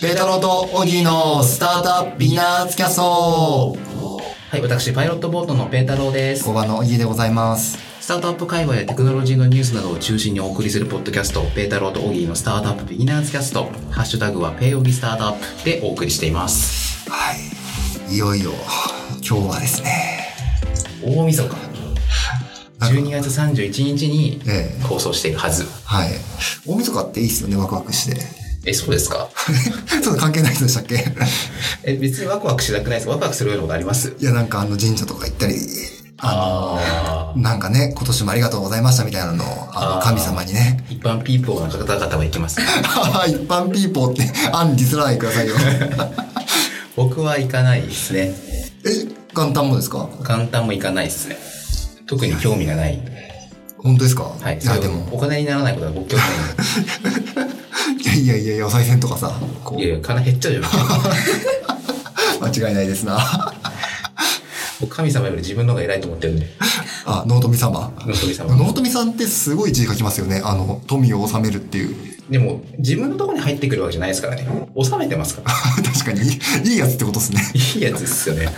ペータローとオギーのスタートアップビギナーズキャスト。 はい、私、パイロットボートのペータローです。 5番のオギーでございます。 スタートアップ界隈やテクノロジーのニュースなどを中心にお送りするポッドキャスト、ペータローとオギーのスタートアップビギナーズキャスト、ハッシュタグはペイオギスタートアップでお送りしています。 はい。いよいよ、今日はですね。 大晦日。12月31日に放送しているはず。 はい。大晦日っていいっすよね、ワクワクして。 そうですか？ ちょっと関係ない人でしたっけ？ 別にワクワクしなくないですか？ワクワクするようなことあります？ いや、なんか神社とか行ったり、なんかね、今年もありがとうございましたみたいなのを、神様にね。 一般ピーポーの方々は行きます、ね。 一般ピーポーって、ディスらないでくださいよ。 僕は行かないですね。 元旦もですか？ 元旦も行かないですね。特に興味がない。 本当ですか？ はい。いや、でも。お金にならないことは僕興味ない。 いや、お賽銭とかさ。 いや、金減っちゃうじゃん。 間違いないですな。 神様より自分の方が偉いと思ってるんで。 納富様。 納富様。 納富さんってすごい字書きますよね。富を納めるっていう。 でも、自分のところに入ってくるわけじゃないですからね。納めてますから。 確かに、いいやつってことですね。 いいやつですよね。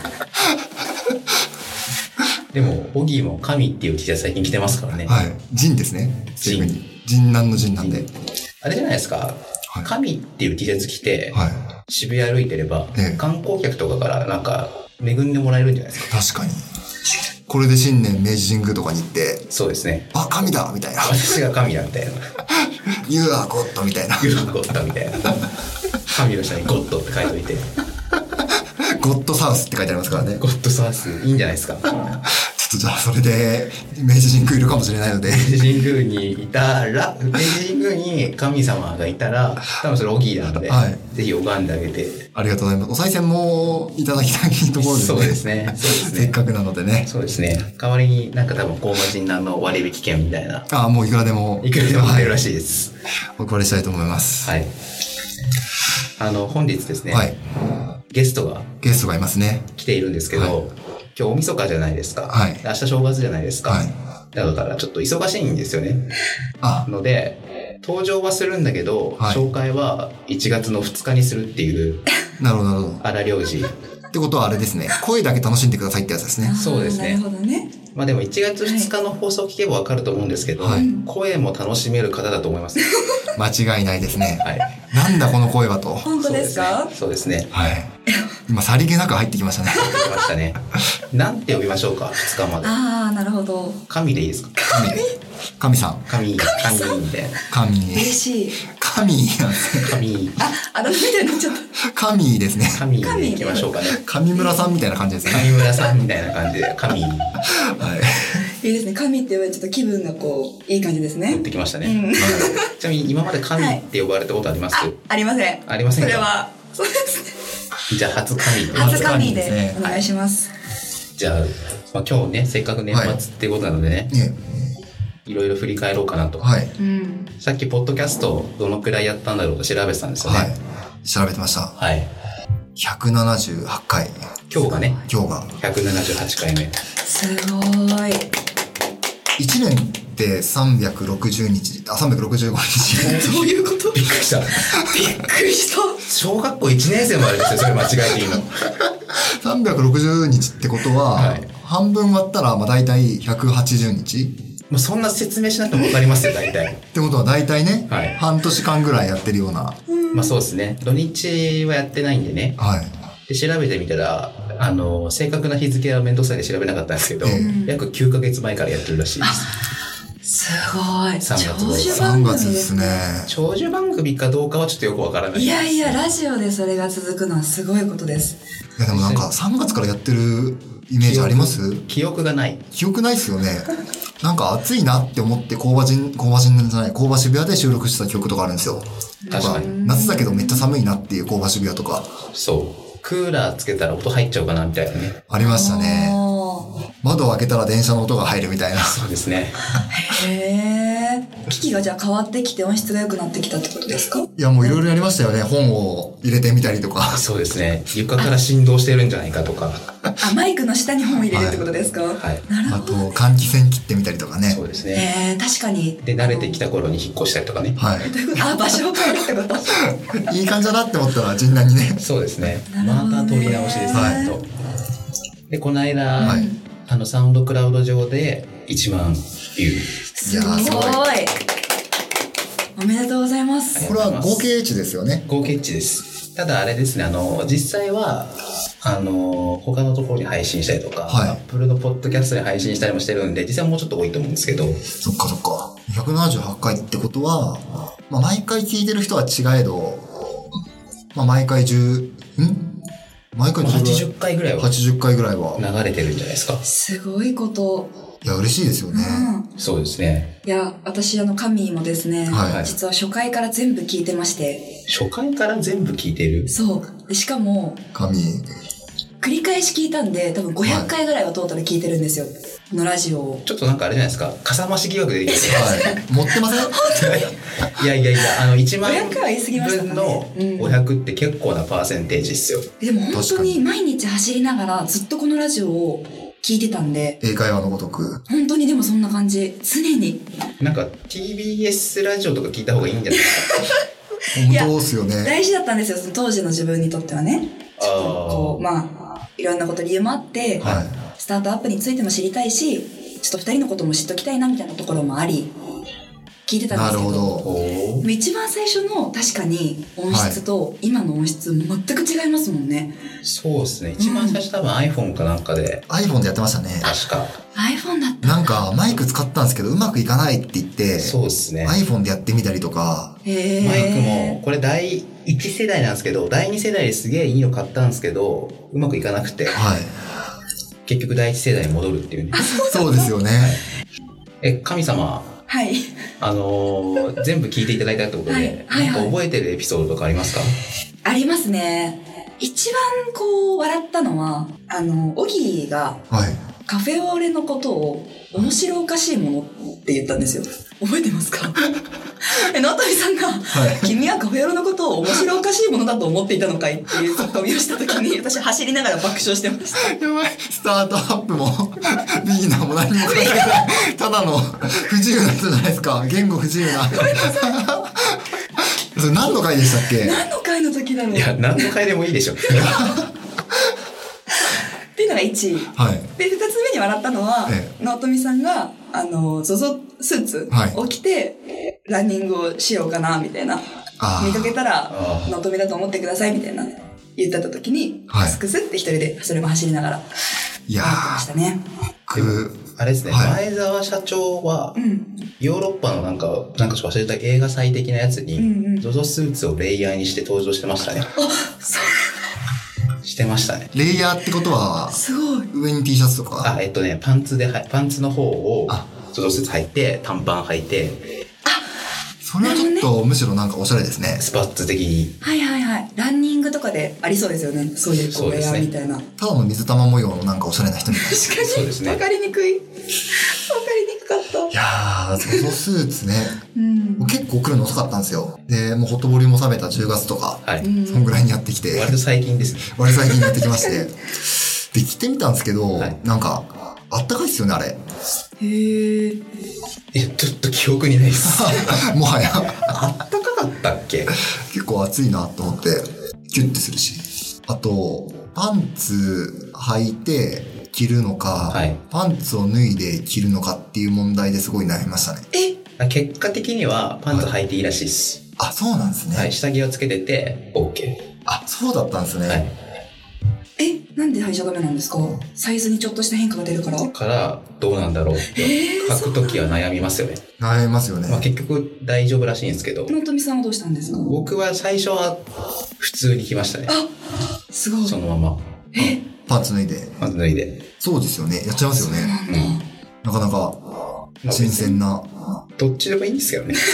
でも、オギーも神っていう T シャツ最近着てますからね。 はい。神ですね。神南の神なんで。 あれじゃないですか。はい、神っていう T シャツ着て、はい、渋谷歩いてれば、観光客とかからなんか恵んでもらえるんじゃないですか。 確かに。これで新年明治神宮とかに行って、 そうですね。 神だみたいな。 私が神だみたいな。 You are God みたいな。 You are God みたいな。神の下に God って書いておいて。 ゴッドサウスって書いてありますからね。 ゴッドサウス、いいんじゃないですか。 ちょっとじゃあそれで、明治神宮いるかもしれないので。 明治神宮にいたら、明治神宮に神様がいたら、多分それオギーなんで、はい、ぜひ拝んであげて。 ありがとうございます。お賽銭もいただきたいところですね。 そうですね。 せっかくなのでね。 そうですね。代わりになんか多分高馬神南の割引券みたいな。 もういくらでも。 いくらでも出るらしいです。 お配りしたいと思います。 はい。本日ですね。 はい。 ゲストがいますね。 来ているんですけど、はい、今日大晦日じゃないですか。 はい。 明日正月じゃないですか。はい。だからちょっと忙しいんですよね。ので、登場はするんだけど、はい、紹介は1月の2日にするっていう。 なるほど。 荒療治。 ってことはあれですね。声だけ楽しんでくださいってやつですね。 そうですね。 なるほどね。 まあでも1月2日の放送聞けばわかると思うんですけど、はい、声も楽しめる方だと思います。 間違いないですね。 はい。 なんだこの声はと。 本当ですか？ そうですね。 はい。今さりげなく入ってきましたね。 入ってきましたね。なんて呼びましょうか、2日まで。 なるほど。 神でいいですか？ 神さん。 神みたいな。 神。 嬉しい。 神なんですね。 神。 あだ名みたいになっちゃった。 神ですね。 神で行きましょうかね。 神村さんみたいな感じですね。 神村さんみたいな感じで、神。はい。 いいですね。神って言われてちょっと気分がいい感じですね。 持ってきましたね。ちなみに今まで神って呼ばれたことあります？ ありません。 ありませんか？ それは、そうですね。 じゃあ初神。 初神でお願いします。 じゃあ、今日ね、せっかく年末っていうことなのでね。いろいろ振り返ろうかなと。 はい。 さっきポッドキャストどのくらいやったんだろうと調べてたんですよね。 はい。調べてました。 はい。 178回。 今日が 178 回目。 すごい。 1年って360日、365日。 どういうこと？ びっくりした。 びっくりした。 小学校1年生までですよ、それ間違えていいの。 360日ってことは、はい、半分割ったら大体180日。 もうそんな説明しなくても分かりますよ、大体。 ってことは大体ね、 はい、 半年間ぐらいやってるような。 そうですね。土日はやってないんでね。 はい。 で、調べてみたら、正確な日付はめんどくさいで調べなかったんですけど、約9ヶ月前からやってるらしいです。 すごい。 3月ですね。 長寿番組かどうかはちょっとよくわからない。 いや、ラジオでそれが続くのはすごいことです。 いや、でもなんか3月からやってるイメージあります？ 記憶がない。 記憶ないっすよね。なんか暑いなって思って工場渋谷で収録した記憶とかあるんですよ。 確かに。 夏だけどめっちゃ寒いなっていう工場渋谷とか。 そう。クーラーつけたら音入っちゃうかなみたいなね。 ありましたね。窓を開けたら電車の音が入るみたいな。 そうですね。 へー。 機器がじゃあ変わってきて音質が良くなってきたってことですか？ いや、もういろいろやりましたよね。本を入れてみたりとか。 そうですね。床から振動してるんじゃないかとか。 マイクの下に本を入れるってことですか？はい。 なるほど。 あと、換気扇切ってみたりとかね。 そうですね。 確かに。 で、慣れてきた頃に引っ越したりとかね。 はい。 場所を変えるってこといい感じだなって思ったら、陣内にね。 そうですね。また撮り直しですね。で、この間、サウンドクラウド上で1万ビュー。 すごい。おめでとうございます。 これは合計値ですよね。 合計値です。ただあれですね、実際は、他のところに配信したりとか、Apple のポッドキャストで配信したりもしてるんで、実際はもうちょっと多いと思うんですけど。 そっかそっか。178回ってことは、毎回聞いてる人は違えど、毎回 80回ぐらいは。 80回ぐらいは。 流れてるんじゃないですか。 すごいこと。 いや、嬉しいですよね。 そうですね。 いや、私神もですね、実は初回から全部聞いてまして。 初回から全部聞いてる？ そう。でしかも、繰り返し聞いたんで、多分500回ぐらいはトータル聞いてるんですよ。このラジオを。 ちょっとなんかあれじゃないですか。かさ増し疑惑で出てきて持ってません？ いや、1万分の500って結構なパーセンテージっすよ。 でも本当に毎日走りながらずっとこのラジオを聞いてたんで。 英会話のごとく。 本当にでもそんな感じ。常に。 なんか TBS ラジオとか聞いた方がいいんじゃないですか？ 本当ですよね。 大事だったんですよ。その当時の自分にとってはね。ちょっといろんなこと理由もあって、スタートアップについても知りたいし、ちょっと二人のことも知っときたいなみたいなところもあり、聞いてたんですけど。なるほど。一番最初の確かに音質と今の音質全く違いますもんね。 そうですね。一番最初多分 iPhone かなんかで。 iPhone でやってましたね。 確か。 iPhone だった。 なんかマイク使ったんですけどうまくいかないって言って。 そうですね。 iPhone でやってみたりとか。 マイクも、これ第1世代なんですけど、第2世代ですげえいいの買ったんですけど、うまくいかなくて。結局第1世代に戻るっていうね。 そうですよね。 神様。 はい。 全部聞いていただいたってことで、なんか覚えてるエピソードとかありますか？ ありますね。一番笑ったのは、オギーが、カフェオレのことを面白おかしいものって言ったんですよ。覚えてますか？直富さんが、君はカフェオレのことを面白おかしいものだと思っていたのかいっていうツッコミをしたときに、私走りながら爆笑してました。 やばい。スタートアップも、ビギナーも何も関係ない。ただの不自由な人じゃないですか。言語不自由な。それ何の回でしたっけ？ 何の回の時だろう。 いや、何の回でもいいでしょ。 っていうのが1位。で、2つ目に笑ったのは、直富さんが、ZOZO スーツを着て、ランニングをしようかな、みたいな。見かけたら、直富だと思ってください、みたいな。言ってた時に、クスクスって一人で、それも走りながら、 いやー、ましたね。 あれですね、前澤社長は、ヨーロッパのなんかちょっと忘れた映画祭的なやつに、ZOZO スーツをレイヤーにして登場してましたね。してましたね。 レイヤーってことは、 すごい。 上に T シャツとか？ パンツの方を、ZOZOスーツ履いて、短パン履いて。 それはちょっと、むしろなんかおしゃれですね。 スパッツ的に。 ランニングとかでありそうですよね。そういうウェアみたいな。 ただの水玉模様のなんかおしゃれな人みたいな。 確かに。そうですね。わかりにくい。わかりにくかった。 いやー、ZOZOスーツね。結構来るの遅かったんですよ。で、もうホットボリューム収めた10月とか、そんぐらいにやってきて。 割と最近ですね。 割と最近やってきまして。で、着てみたんですけど、なんか、あったかいっすよね、あれ。 いや、ちょっと記憶にないっす。 もはや。 あったかかったっけ？ 結構暑いなと思って、キュッてするし。あと、パンツ履いて着るのか、パンツを脱いで着るのかっていう問題ですごい悩みましたね。 結果的にはパンツ履いていいらしいっす。 そうなんですね。 下着をつけてて、OK。 そうだったんですね。 なんで履いちゃダメなんですか？サイズにちょっとした変化が出るから？ どうなんだろうって履くときは悩みますよね。 悩みますよね。 結局大丈夫らしいんですけど。 直富さんはどうしたんですか？僕は最初は普通に着ましたね。 すごい。 そのまま。 パンツ脱いで。そうですよね。やっちゃいますよね。なかなか新鮮な。 どっちでもいいんですけどね。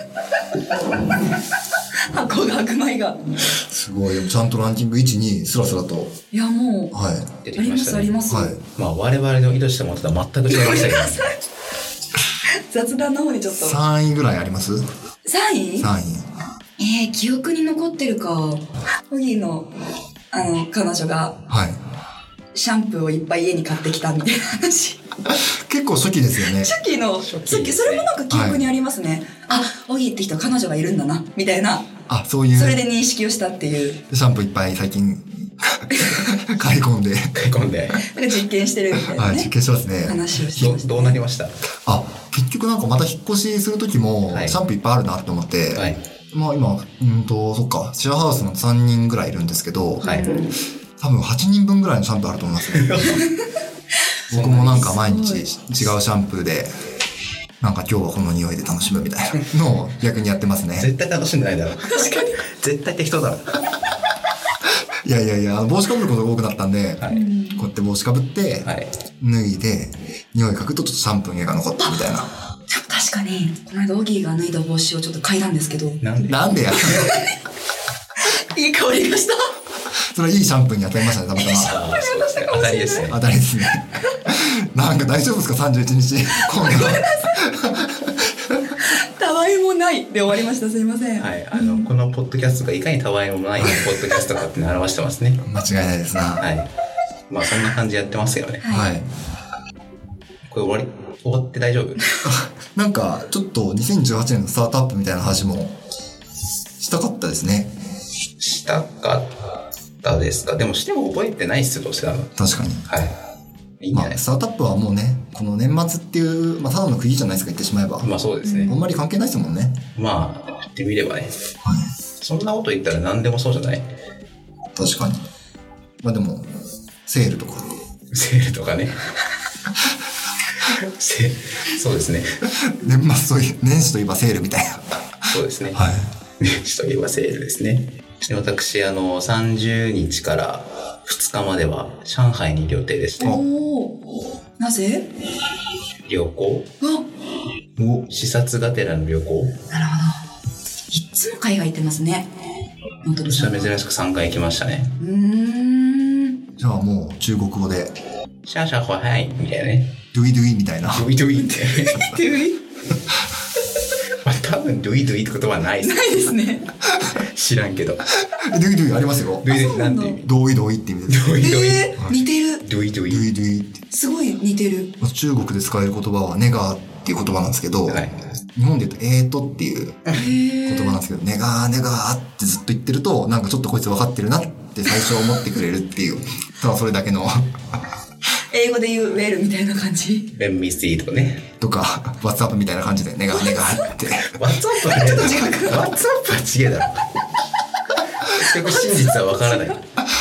箱が白米が。 すごい。ちゃんとランキング1、2、スラスラと。 いや、もう。 出てきましたね。 あります。 我々の意図したものとは全く違いましたけど。 雑談の方にちょっと。 3位ぐらいあります？ 3位？ 3 位。記憶に残ってるか。オギーの、彼女が、 はい。 シャンプーをいっぱい家に買ってきたみたいな話。 結構初期ですよね。 初期、それもなんか記憶にありますね。はい、オギーって人彼女がいるんだな、みたいな。 あ、そういう。 それで認識をしたっていう。 シャンプーいっぱい最近、買い込んで。 なんか実験してるみたいなね。 はい、実験しますね。 話をしてました。 どうなりました？ 結局なんかまた引っ越しするときも、シャンプーいっぱいあるなって思って、はい、まあ今、そっか、シェアハウスの3人ぐらいいるんですけど、はい、多分8人分ぐらいのシャンプーあると思いますね。僕もなんか毎日違うシャンプーで、なんか今日はこの匂いで楽しむみたいなのを逆にやってますね。 絶対楽しんでないだろ。確かに。絶対適当だろ。 いや、帽子かぶることが多くなったんで、はい、こうやって帽子かぶって、はい、脱いで、匂い嗅ぐとちょっとシャンプーが残ったみたいな。 確かに、この間オギーが脱いだ帽子をちょっと嗅いだんですけど。 なんでやいい香りがした。 それはいいシャンプーに当たりましたね、たまたま。 当たりですね。 当たりですね。なんか大丈夫ですか、31日。今度は。 たわいもないで終わりました。すいません。 はい、このポッドキャストがいかにたわいもないポッドキャストかっていうのを表してますね。 間違いないですな。 はい。まあそんな感じでやってますよね。 はい。 これ終わって大丈夫？ なんかちょっと2018年のスタートアップみたいな話もしたかったですね。 したかったですか？でもしても覚えてないっすよ、どうせなの。 確かに。 はい。いいんじゃない？ スタートアップはもうね、この年末っていう、ただの区切りじゃないですか、言ってしまえば。 まあそうですね。 あんまり関係ないですもんね。 まあ、言ってみればね。はい。そんなこと言ったら何でもそうじゃない？ 確かに。でも、セールとか。 セールとかね。そうですね。 年始といえばセールみたいな。 そうですね。 はい。 年始といえばセールですね。私、30日から2日までは上海にいる予定でして。 なぜ？ 旅行？視察がてらの旅行。 なるほど。いつも海外行ってますね。 私は珍しく3回行きましたね。 じゃあもう中国語で。 シャーシャーホハイみたいなね。 ドゥイドゥイみたいな。 ドゥイドゥイって。ドゥイ多分ドゥイドゥイって言葉はないです。 ないですね。 知らんけど。 ドゥイドゥイありますよ。 ドゥイドゥイなんて意味？ ドイドイって意味です。 ドイドイ。 似てる。 ドイドイ。 ドイドイって。 すごい似てる。 中国で使える言葉はネガーっていう言葉なんですけど、はい、日本で言うとっていう言葉なんですけど、ネガーってずっと言ってると、なんかちょっとこいつ分かってるなって最初思ってくれるっていう、ただそれだけの。 英語で言うウェルみたいな感じ。 Let me see とかね。 とか、WhatsApp みたいな感じで、ネガーって。 WhatsApp はちょっと違う。WhatsApp は違えだろ。結局真実は分からない。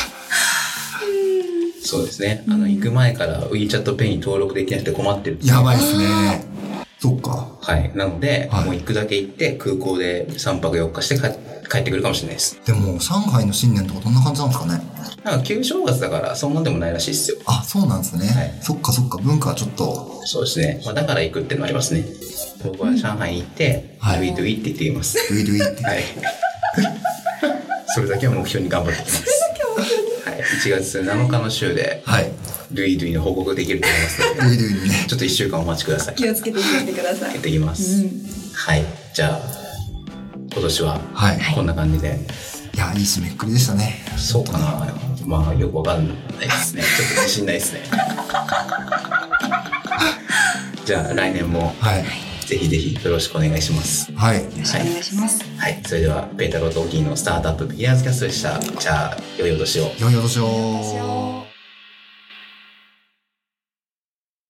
そうですね。行く前から WeChat Pay に登録できなくて困ってる。 やばいですね。そっか。 はい。なので、もう行くだけ行って空港で3泊4日して帰ってくるかもしれないです。 でも、上海の新年とかどんな感じなんですかね？ なんか旧正月だからそんなんでもないらしいですよ。 あ、そうなんですね。はい、そっか。文化はちょっと。 そうですね。だから行くっていうのありますね。僕は上海に行って、ドゥイドゥイって言っています。 ドゥイドゥイって。 はい。それだけを目標に頑張ってきます。はい。1月7日の週で、はい。ドゥイドゥイの報告できると思いますので、 ドゥイドゥイにね。 ちょっと1週間お待ちください。 気をつけていってください。 やっていきます。はい。じゃあ、今年は、こんな感じで。 いや、いい締めくくりでしたね。 そうかな。まあ、よくわかんないですね。ちょっと自信ないですね。じゃあ、来年も、ぜひぜひよろしくお願いします。 はい。よろしくお願いします。 はい。それでは、ペータローとオギーのスタートアップビギナーズキャストでした。じゃあ、良いお年を。 良いお年を。